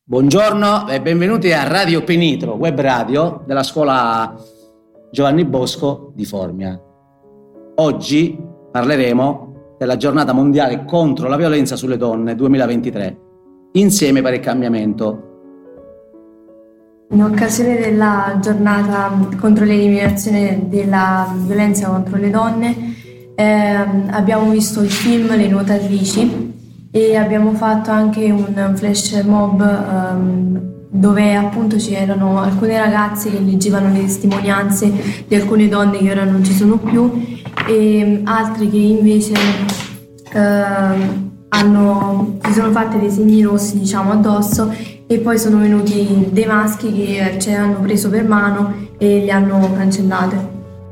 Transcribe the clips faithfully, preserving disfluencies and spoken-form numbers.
Buongiorno e benvenuti a Radio Penitro, web radio della scuola Giovanni Bosco di Formia. Oggi parleremo della giornata mondiale contro la violenza sulle donne duemilaventitré, insieme per il cambiamento. In occasione della giornata contro l'eliminazione della violenza contro le donne eh, abbiamo visto il film Le nuotatrici e abbiamo fatto anche un flash mob um, dove appunto c'erano alcune ragazze che leggevano le testimonianze di alcune donne che ora non ci sono più e altre che invece uh, hanno, si sono fatte dei segni rossi, diciamo, addosso, e poi sono venuti dei maschi che ce le hanno preso per mano e le hanno cancellate.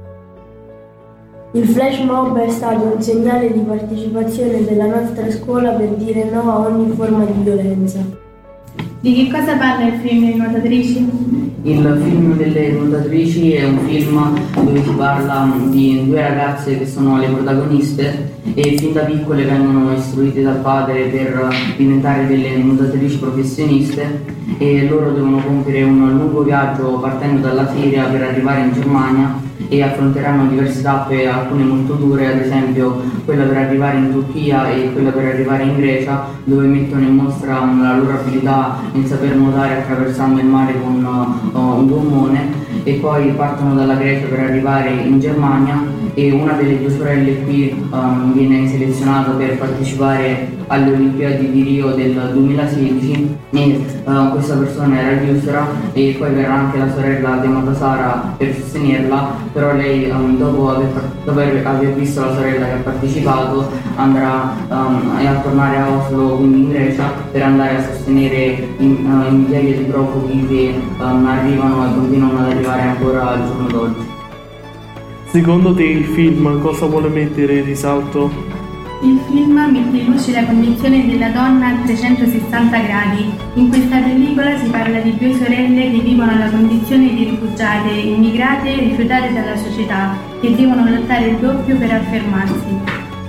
Il flash mob è stato un segnale di partecipazione della nostra scuola per dire no a ogni forma di violenza. Di che cosa parla il film Le nuotatrici? Il film delle nuotatrici è un film dove si parla di due ragazze che sono le protagoniste e fin da piccole vengono istruite dal padre per diventare delle nuotatrici professioniste e loro devono compiere un lungo viaggio partendo dalla Siria per arrivare in Germania e affronteranno diverse tappe, alcune molto dure, ad esempio quella per arrivare in Turchia e quella per arrivare in Grecia, dove mettono in mostra la loro abilità nel saper nuotare attraversando il mare con uh, un gommone, e poi partono dalla Grecia per arrivare in Germania e una delle due sorelle qui um, viene selezionata per partecipare alle Olimpiadi di Rio del duemilasedici e uh, questa persona era Yusra e poi verrà anche la sorella chiamata Sara per sostenerla, però lei um, dopo, aver, dopo aver visto la sorella che ha partecipato andrà um, a tornare a Oslo, quindi in Grecia, per andare a sostenere in, uh, in migliaia di profughi che um, arrivano e continuano ad arrivare ancora al giorno d'oggi. Secondo te il film cosa vuole mettere in risalto? Il film mette in luce la condizione della donna a trecentosessanta gradi. In questa pellicola si parla di due sorelle che vivono la condizione di rifugiate, immigrate e rifiutate dalla società, che devono lottare il doppio per affermarsi.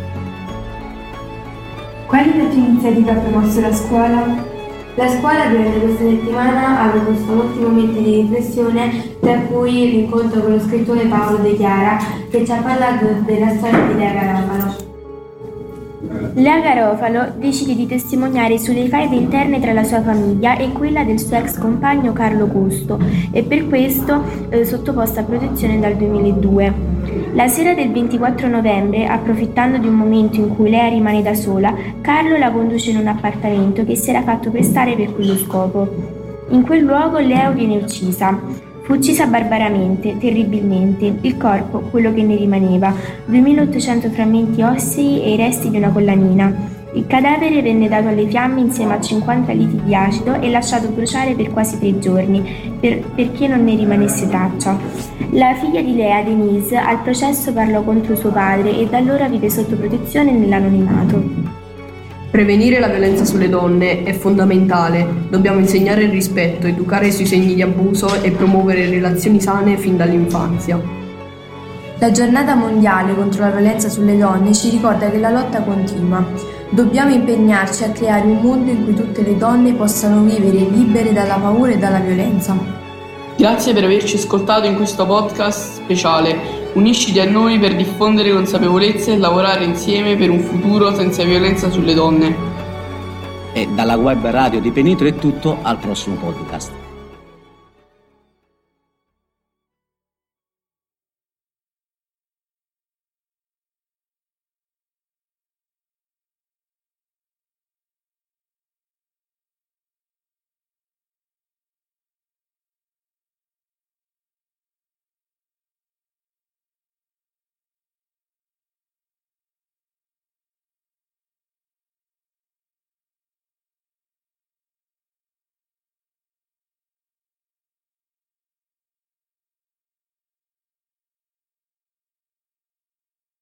Quali altre iniziative ha promosso la scuola? La scuola durante questa settimana ha proposto molti momenti di riflessione, tra cui l'incontro con lo scrittore Paolo De Chiara, che ci ha parlato della storia di Lea Garofalo. Lea Garofalo decide di testimoniare sulle faide interne tra la sua famiglia e quella del suo ex compagno Carlo Custo, e per questo eh, sottoposta a protezione dal duemiladue. La sera del ventiquattro novembre, approfittando di un momento in cui Lea rimane da sola, Carlo la conduce in un appartamento che si era fatto prestare per quello scopo. In quel luogo Lea viene uccisa. Fu uccisa barbaramente, terribilmente. Il corpo, quello che ne rimaneva, duemilaottocento frammenti ossei e i resti di una collanina. Il cadavere venne dato alle fiamme insieme a cinquanta litri di acido e lasciato bruciare per quasi tre giorni, per, perché non ne rimanesse traccia. La figlia di Lea, Denise, al processo parlò contro suo padre e da allora vive sotto protezione nell'anonimato. Prevenire la violenza sulle donne è fondamentale. Dobbiamo insegnare il rispetto, educare sui segni di abuso e promuovere relazioni sane fin dall'infanzia. La giornata mondiale contro la violenza sulle donne ci ricorda che la lotta continua. Dobbiamo impegnarci a creare un mondo in cui tutte le donne possano vivere libere dalla paura e dalla violenza. Grazie per averci ascoltato in questo podcast speciale. Unisciti a noi per diffondere consapevolezza e lavorare insieme per un futuro senza violenza sulle donne. E dalla web radio di Penitro è tutto, al prossimo podcast.